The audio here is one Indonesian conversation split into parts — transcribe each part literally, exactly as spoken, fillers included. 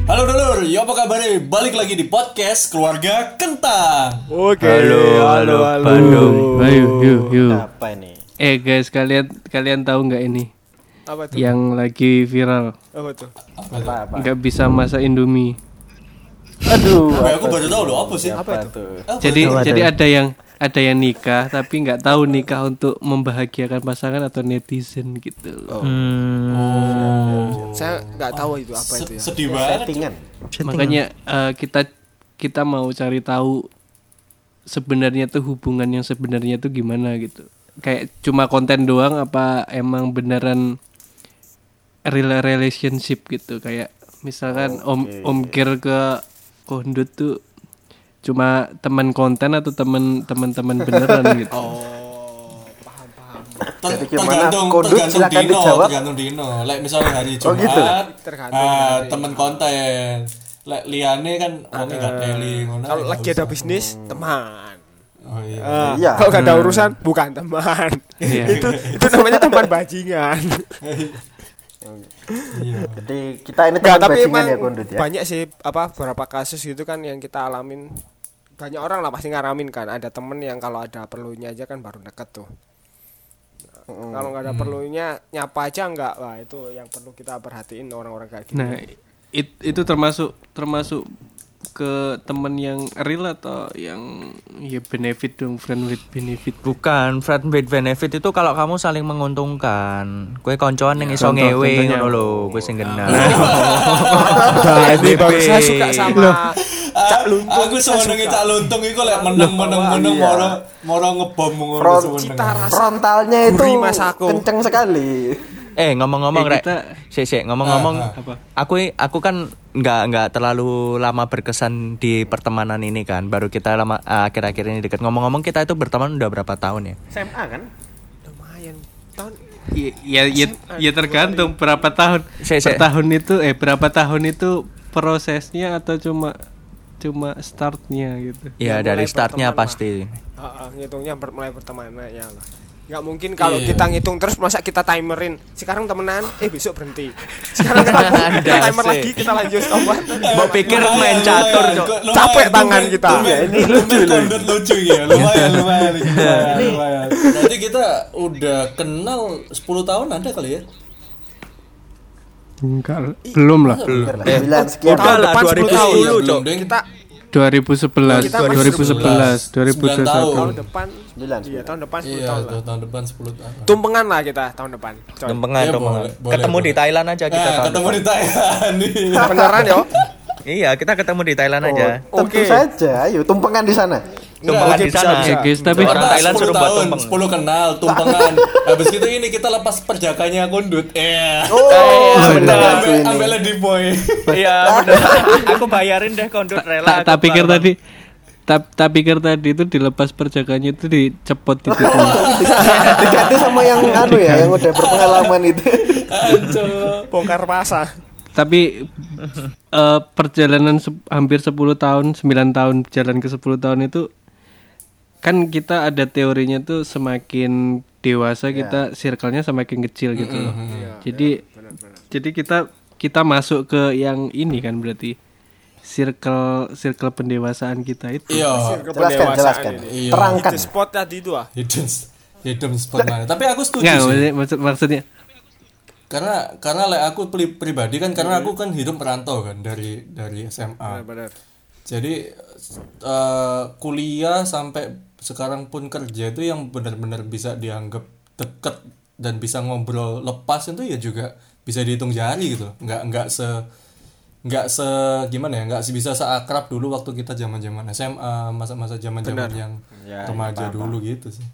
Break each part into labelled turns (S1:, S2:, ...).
S1: Halo dulur, ya apa kabar? Balik lagi di podcast Keluarga Kentang.
S2: Oke.
S3: Halo, halo, halo. Bandung.
S2: Ayo, yuk, yuk.
S4: Apa ini?
S2: Eh guys, kalian kalian tahu nggak ini?
S5: Apa tuh?
S2: Yang lagi viral.
S5: Apa tuh?
S4: Apa, apa?
S2: Nggak bisa masak Indomie.
S4: Aduh,
S1: Apa, aku baru tahu loh, apa sih?
S4: apa itu?
S1: Apa
S2: Jadi
S1: itu?
S2: jadi ada yang ada yang nikah tapi nggak tahu nikah untuk membahagiakan pasangan atau netizen gitu.
S4: Oh.
S1: Oh.
S5: Saya nggak tahu itu apa
S1: Se-
S5: itu ya.
S1: Sedih banget.
S4: Settingan.
S2: Makanya eh, kita kita mau cari tahu sebenarnya tuh hubungan yang sebenarnya tuh gimana gitu. Kayak cuma konten doang apa emang beneran real relationship gitu. Kayak misalkan Om Om Gir ke Kondut tuh cuma teman konten atau teman teman-teman beneran gitu.
S5: Oh, paham paham.
S1: Ter-
S4: Jadi gimana?
S1: tergantung
S4: Kondut,
S1: tergantung
S4: silakan
S1: dino,
S4: dijawab.
S1: tergantung dino. Like misalnya hari
S4: Oh,
S1: Jumat,
S4: gitu?
S5: Tergantung
S1: ah,
S5: hari.
S1: temen konten. Like liane kan wong enggak teli ngono.
S5: Kalau
S1: nggak
S5: lagi
S1: usah.
S5: ada bisnis, teman.
S1: Oh iya.
S5: Ah,
S4: Iya.
S5: Kalau nggak ada urusan, bukan teman.
S2: Iya.
S5: itu itu namanya teman bajingan.
S1: Iya.
S4: Jadi kita ini
S5: Nggak,
S4: teman
S5: tapi
S4: bajingan
S5: emang
S4: ya Kondut ya.
S5: banyak sih apa beberapa kasus gitu kan yang kita alamin. Banyak orang lah pasti ngalamin kan. Ada temen yang kalau ada perlunya aja kan baru deket tuh. Nah, kalau nggak ada perlunya nyapa aja nggak, wah itu yang perlu kita perhatiin orang-orang kayak gitu.
S2: Nah, it, itu termasuk termasuk ke temen yang real atau yang ya benefit dong, friend with benefit.
S3: Bukan friend with benefit itu kalau kamu saling menguntungkan. Kue koncoan yang iso
S2: contoh-
S3: ngewe
S2: contohnya.
S3: ngono lho, kue sing kenal.
S5: Nah, ini bagus. Saya suka sama Cak Luntung.
S1: Aku
S5: Saya
S1: sewenenge
S5: suka.
S1: Cak Luntung iku lek meneng-meneng-meneng
S4: Iya.
S1: moro moro ngebom ngono
S4: Front
S1: sewenenge.
S5: cita rasa
S4: Frontalnya itu
S5: Gurih Masako.
S4: kenceng sekali.
S3: Eh ngomong-ngomong
S2: Eh,
S3: rek,
S2: kita-
S3: sik sik ngomong-ngomong,
S1: Ah,
S2: ah. Apa?
S3: aku aku kan nggak nggak terlalu lama berkesan di pertemanan ini kan, baru kita lama ah, akhir-akhir ini dekat. Ngomong-ngomong kita itu berteman udah berapa tahun ya?
S4: S M A kan?
S5: Lumayan. Tahun
S2: Ya, ya, ya, ya tergantung berapa tahun.
S3: Sik, sik.
S2: Per tahun itu eh berapa tahun itu prosesnya atau cuma cuma startnya gitu.
S3: Ya,
S5: Ya,
S3: dari
S5: mulai
S3: startnya
S5: berteman
S3: pasti.
S5: Heeh, ngitungnya ber- mulai pertemanannya lah. Nggak mungkin kalau kita ngitung terus masa kita timerin. Sekarang temenan, eh besok berhenti. Sekarang kita, kita timer
S3: Asik.
S5: lagi, kita lanjut stopwatch.
S3: Mbok pikir main catur, Cok.
S5: Capek tangan kita.
S1: Ya, ini lucu lucu. lucu ya. Lumayan lumayan lumayan. lumayan. Berarti kita udah kenal sepuluh tahun ada kali ya?
S2: Enggak, belum lah.
S4: Bener lah, sembilan sekian.
S3: Udah
S5: Tahun
S3: lah,
S5: depan
S3: dua ribu
S5: sepuluh tahun.
S3: sepuluh,
S1: Iya,
S3: Cok.
S1: belum, Ding.
S5: Kita
S2: dua ribu sebelas,
S5: Kita masih
S2: dua ribu sebelas, dua ribu
S1: sembilan
S2: satu.
S1: tahun.
S5: tahun depan
S4: Sembilan,
S5: Iya, tahun depan sepuluh
S1: Iya,
S5: tahun
S1: tuh,
S5: lah.
S1: tahun depan sepuluh tahun.
S5: Tumpengan lah kita tahun depan. Coy.
S3: Lempengan,
S1: Ya,
S3: lempengan.
S1: boleh, boleh,
S3: Ketemu di
S1: boleh.
S3: Thailand aja kita.
S1: Eh,
S3: tahun
S1: ketemu di
S3: depan.
S1: Thailand nih.
S5: Beneran yo.
S3: Iya, kita ketemu di Thailand
S4: Oh,
S3: aja.
S4: tentu
S5: Oke.
S4: saja. Ayo tumpengan di sana.
S3: Tumpengan
S5: Oke,
S3: di
S5: bisa,
S3: sana.
S5: bisa.
S2: Ya guys, tapi
S3: Orang
S1: Kita
S3: Thailand
S1: sepuluh
S3: suruh buat
S1: tahun,
S3: tumpeng.
S1: sepuluh kenal, tumpengan. Habis itu ini kita lepas perjakanya Kondut. Eh.
S4: Oh,
S1: Ambil
S4: benar aku ini.
S1: ambil di boy.
S3: Iya, bener. Aku bayarin deh kondut rela.
S2: tak tak
S3: aku
S2: pikir
S3: bareng.
S2: tadi tak tak pikir tadi itu dilepas perjaganya itu dicepot di titik.
S4: Diganti sama yang anu ya, yang udah berpengalaman itu.
S5: Bongkar pasang.
S2: Tapi eh, perjalanan se- hampir sepuluh tahun, sembilan tahun jalan ke sepuluh tahun itu kan kita ada teorinya tuh semakin dewasa kita circle-nya semakin kecil gitu loh. Jadi jadi kita kita masuk ke yang ini kan berarti circle circle pendewasaan kita itu.
S1: Iya.
S4: Jelaskan, jelaskan.
S1: Iya.
S4: Terangkan.
S5: Itu spot tadi itu ah.
S1: Hidden hidden spot mana. Tapi aku setuju
S2: Nggak,
S1: sih.
S2: maksud- maksud- maksudnya
S1: Karena karena like, aku pri- pribadi kan karena aku kan hidup merantau kan dari dari S M A.
S5: Benar.
S1: Jadi eh, kuliah sampai sekarang pun kerja itu yang benar-benar bisa dianggap deket dan bisa ngobrol lepas itu ya juga bisa dihitung jari gitu. Nggak nggak se nggak se gimana ya nggak bisa seakrab dulu waktu kita zaman-zaman S M A, masa-masa zaman-zaman yang
S4: Ya,
S1: remaja dulu gitu sih.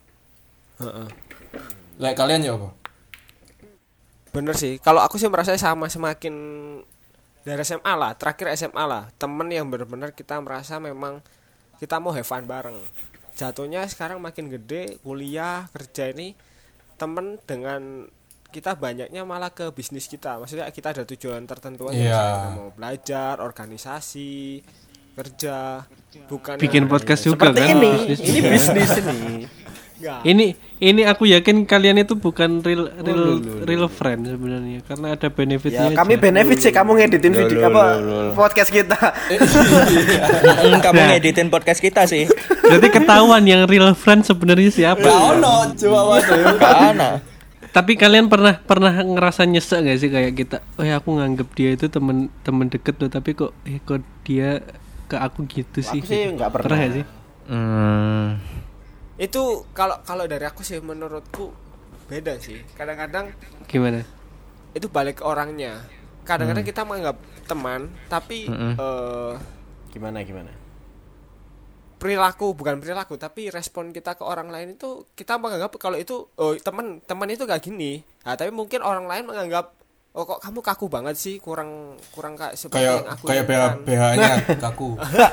S1: Like kalian ya apa?
S5: Bener sih. Kalau aku sih merasa sama semakin dari S M A lah, terakhir S M A lah, temen yang benar-benar kita merasa memang kita mau have fun bareng. Jatuhnya sekarang makin gede, kuliah, kerja ini temen dengan kita banyaknya malah ke bisnis kita. Maksudnya kita ada tujuan tertentu aja.
S1: Iya.
S5: Misalnya kita mau belajar, organisasi, kerja, bukan
S2: bikin
S5: yang-
S2: podcast juga
S4: Seperti
S2: kan.
S4: ini,
S2: bisnis
S4: ini
S2: juga.
S4: bisnis ini.
S5: Enggak.
S2: Ini ini aku yakin kalian itu bukan real real real friend sebenarnya karena ada benefitnya.
S4: Ya, kami
S2: aja.
S4: benefit sih kamu ngeditin video apa podcast kita.
S3: Mm, kamu ngeditin podcast kita sih.
S2: Berarti ketahuan yang real friend sebenarnya siapa.
S1: Gak ono coba waduh.
S3: Karena
S2: Tapi kalian pernah pernah ngerasa nyesek gak sih kayak kita, oh ya aku nganggep dia itu temen temen deket loh, tapi kok eh kok dia ke aku gitu sih?
S4: Aku sih nggak pernah.
S2: Pernah gak sih?
S3: hmm,
S5: Itu kalau kalau dari aku sih menurutku beda sih. Kadang-kadang
S2: Gimana?
S5: itu balik ke orangnya. Kadang-kadang kita menganggap teman, tapi
S3: Mm-mm.
S5: eh,
S4: Gimana gimana?
S5: perilaku bukan perilaku, tapi respon kita ke orang lain itu kita menganggap kalau itu oh teman teman itu gak gini. Nah, tapi mungkin orang lain menganggap oh kok kamu kaku banget sih, kurang kurang kayak seperti
S1: Kayak
S5: yang aku
S1: kayak B H
S5: inginkan.
S1: B H-nya kaku.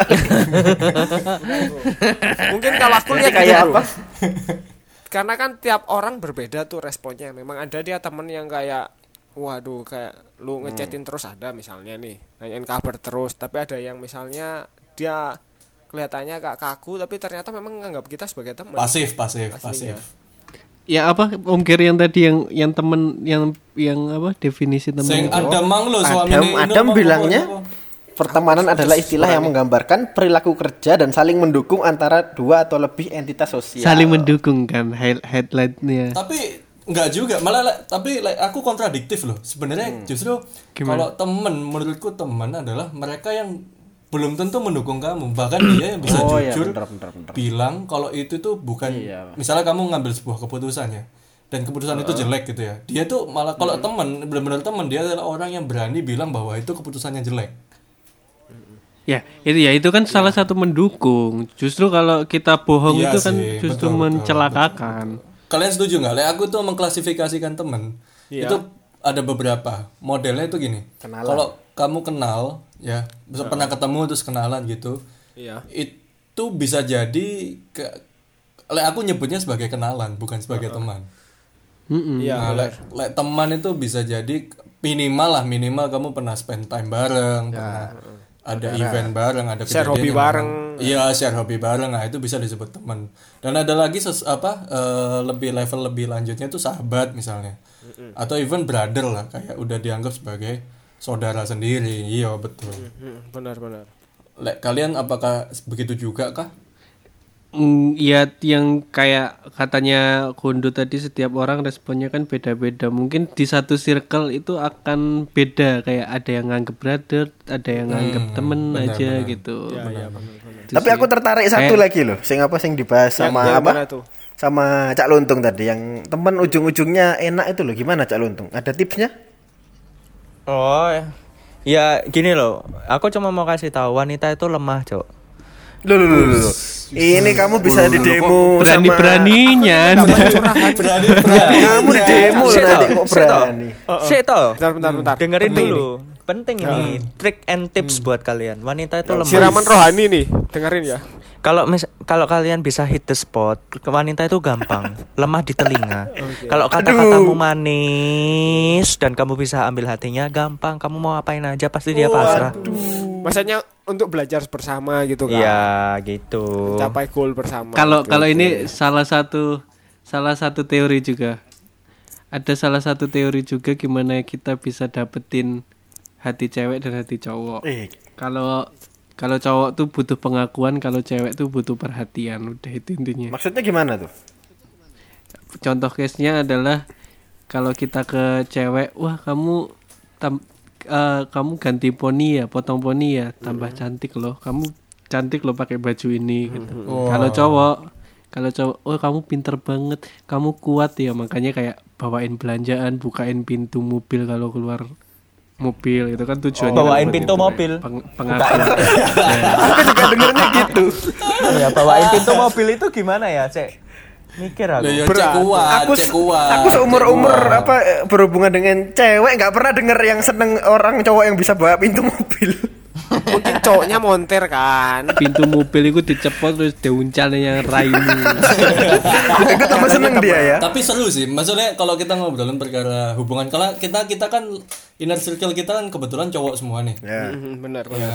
S5: Mungkin kalau aku lihat
S4: Kayak
S5: gitu,
S4: apa?
S5: karena kan tiap orang berbeda tuh responnya. Memang ada dia temen yang kayak waduh kayak lu ngechatin terus ada misalnya nih, nanyain kabar terus, tapi ada yang misalnya dia kelihatannya kayak kaku tapi ternyata memang menganggap kita sebagai teman.
S1: Pasif, pasif,
S5: Aslinya.
S1: pasif.
S2: Ya apa Om Gary yang tadi yang yang temen yang yang apa definisi temen
S1: Sing
S2: itu?
S1: ada mang lo suami
S4: Adam,
S1: ini.
S4: Adam bilangnya pertemanan adalah istilah yang menggambarkan perilaku kerja dan saling mendukung antara dua atau lebih entitas sosial.
S2: Saling mendukung kan head headlightnya.
S1: Tapi enggak juga, malah like, tapi like, aku kontradiktif loh. Sebenarnya justru kalau temen, menurutku teman adalah mereka yang belum tentu mendukung kamu, bahkan dia yang bisa
S4: Oh, iya,
S1: jujur
S4: bener, bener, bener.
S1: bilang kalau itu tuh bukan,
S4: Iya.
S1: misalnya kamu ngambil sebuah keputusan ya, dan keputusan itu jelek gitu ya, dia tuh malah kalau teman, benar-benar teman, dia adalah orang yang berani bilang bahwa itu keputusannya jelek.
S2: Ya itu ya itu kan salah satu mendukung. Justru kalau kita bohong
S1: Iya
S2: itu kan
S1: sih,
S2: justru
S1: betul, betul,
S2: mencelakakan.
S1: Kalian setuju nggak? Like, aku tuh mengklasifikasikan temen
S5: Iya.
S1: itu ada beberapa modelnya itu gini.
S4: Kenalan.
S1: Kalau kamu kenal ya, bisa pernah ketemu terus kenalan gitu,
S5: Iya.
S1: itu bisa jadi ke, like, aku nyebutnya sebagai kenalan bukan sebagai teman.
S2: Mm-mm.
S5: Iya.
S1: Nah, like, like, teman itu bisa jadi minimal lah, minimal kamu pernah spend time bareng, pernah ada event bareng, ada
S5: Share
S1: kejadian
S5: hobi
S1: yang
S5: bareng.
S1: memang- Iya, share hobi bareng. Nah, itu bisa disebut teman. Dan ada lagi ses, apa eh, lebih level lebih lanjutnya itu sahabat misalnya. Atau even brother lah, kayak udah dianggap sebagai saudara sendiri. Iya, betul.
S5: Hmm, benar-benar.
S1: Like, kalian apakah begitu juga kah?
S2: Mm, ya yang kayak katanya Kondo tadi setiap orang responnya kan beda-beda. Mungkin di satu circle itu akan beda, kayak ada yang nganggep brother, ada yang nganggep temen aja gitu. Itu
S4: Tapi
S2: sih.
S4: aku tertarik satu
S2: Kayak-
S4: lagi loh, sing apa sing dibahas sama
S5: yang
S4: apa?
S5: mana tuh?
S4: Sama Cak Luntung tadi yang temen ujung-ujungnya enak itu loh. Gimana Cak Luntung? Ada tipsnya?
S3: oh ya. Ya gini loh, aku cuma mau kasih tahu wanita itu lemah, Cok.
S4: Loh, loh, loh, loh. Ini kamu bisa di demo sama
S2: berani-beraninya.
S1: Berani,
S4: kamu di demo loh
S3: Sik
S4: nanti
S3: toh,
S4: kok
S3: sik toh.
S4: berani.
S3: Sik toh.
S5: Bentar, bentar, bentar.
S3: Dengerin dulu. Penting ini trick and tips buat kalian. Wanita itu lemah.
S5: Siraman rohani nih, dengerin ya.
S3: Kalau mis- kalau kalian bisa hit the spot, ke wanita itu gampang, lemah di telinga. Kalau kata-katamu manis dan kamu bisa ambil hatinya, gampang. Kamu mau apain aja pasti dia pasrah.
S5: Maksudnya untuk belajar bersama gitu kan.
S3: Iya, gitu.
S5: Capai goal bersama.
S2: Kalau
S5: Oke,
S2: kalau
S5: oke.
S2: ini salah satu salah satu teori juga. Ada salah satu teori juga gimana kita bisa dapetin hati cewek dan hati cowok.
S4: Eh,
S2: Kalau kalau cowok tuh butuh pengakuan, kalau cewek tuh butuh perhatian. Udah itu intinya.
S4: maksudnya gimana tuh?
S2: Contoh case-nya adalah kalau kita ke cewek, wah kamu tam, eh, kamu ganti poni ya, potong poni ya, tambah cantik loh. Kamu cantik loh pakai baju ini gitu. Kalau cowok, kalau cowok, oh kamu pinter banget, kamu kuat ya, makanya kayak bawain belanjaan, bukain pintu mobil kalau keluar mobil itu kan tujuannya.
S3: Bawain
S2: kan buat
S3: pintu
S2: itu,
S3: mobil.
S2: kayak peng- pengakuan.
S4: Aku juga dengernya gitu.
S3: Ya, bawain pintu mobil itu gimana ya, Cek? Mikir aku.
S1: Ya, ya,
S5: Berat.
S1: cek kuat,
S4: Aku
S1: cek kuat.
S4: aku seumur
S1: cek
S4: umur
S1: kuat.
S4: apa eh, berhubungan dengan cewek nggak pernah denger yang seneng orang cowok yang bisa bawa pintu mobil.
S5: Mungkin cowoknya monter kan.
S2: Pintu mobil itu dicepot terus diuncalnya yang raimu.
S4: Aku tambah seneng dia ya.
S1: Tapi seru sih, maksudnya kalau kita ngobrolin perkara hubungan, kalau kita kita kan inner circle kita kan kebetulan cowok semua nih.
S4: Ya.
S5: Hmm, benar,
S1: Ya
S5: benar.
S1: kan?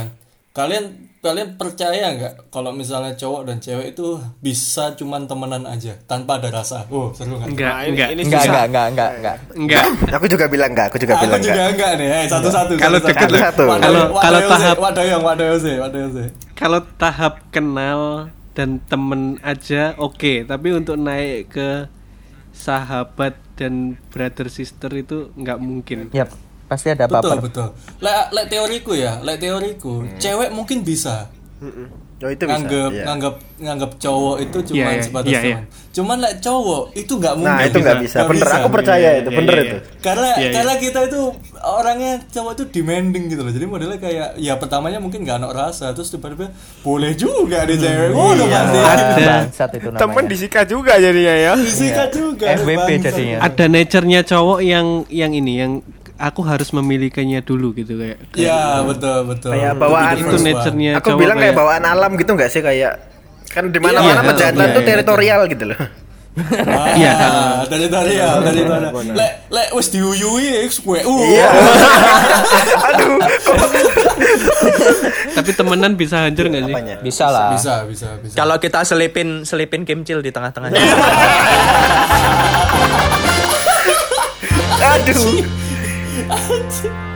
S1: Kalian kalian percaya nggak kalau misalnya cowok dan cewek itu bisa cuman temenan aja tanpa ada rasa? Oh, seru nggak?
S2: Enggak,
S5: Nah, ini-
S2: enggak.
S5: ini
S3: Enggak,
S5: susah.
S3: enggak, enggak, enggak, enggak.
S2: Enggak.
S4: Aku juga bilang enggak, aku juga
S1: Aku
S4: bilang
S1: juga
S4: enggak.
S1: enggak nih. Eh, satu-satu.
S2: Kalau
S1: satu-satu.
S2: deket-
S4: Satu.
S1: Wadoyo-
S2: Kalau-
S1: wadoyo
S2: kalau
S1: sih,
S2: tahap-
S1: wadoyong, wadoyo sih, wadoyo sih.
S2: Kalau tahap kenal dan temen aja oke, tapi untuk naik ke sahabat dan brother sister itu nggak mungkin.
S3: Yap, pasti ada
S1: Betul,
S3: baper.
S1: betul. Lek lek teoriku ya, lek teoriku, cewek mungkin bisa.
S4: Oh itu bisa.
S1: nganggep
S4: iya.
S1: nganggep nganggep cowok itu cuma
S2: Iya, iya,
S1: sebatas
S2: iya, iya.
S1: teman. Cuman lek cowok itu nggak mungkin.
S4: Nah, itu nggak bisa.
S1: Nggak
S4: Bener, aku percaya
S2: Iya,
S4: itu,
S2: iya,
S4: bener
S2: iya,
S4: itu.
S2: iya.
S1: Karena
S2: Iya, iya.
S1: karena kita itu orangnya cowok itu demanding gitu loh. Jadi modelnya kayak ya pertamanya mungkin nggak ada rasa, terus tiba-tiba boleh juga di cewek. Oh, udah
S4: Iya.
S1: pasti.
S2: Ada.
S3: Bangsat itu namanya.
S5: Temen disikat juga jadinya ya.
S1: Disikat juga.
S3: F W P
S1: bangsat.
S3: jadinya.
S2: Ada nature-nya cowok yang yang ini yang aku harus memilikinya dulu gitu kayak.
S1: Ya, betul, betul.
S4: Kayak bawaan.
S2: Itu nature-nya
S4: Aku
S2: cowok
S4: bilang kayak
S2: kayak-
S4: bawaan alam gitu nggak sih, kayak kan di mana-mana
S2: Iya,
S4: kejahatan
S2: iya,
S4: tuh
S2: iya,
S4: teritorial gitu loh.
S1: Ah,
S2: Iya.
S1: dari dari ya, dari mana? Lek lek wis diuyui kowe. Uh.
S4: Iya. Aduh,
S2: Tapi temenan bisa hancur nggak sih?
S4: apanya?
S3: Bisa lah.
S1: Bisa, bisa, bisa.
S3: Kalau kita selipin selipin kimcil di tengah-tengahnya.
S4: Aduh.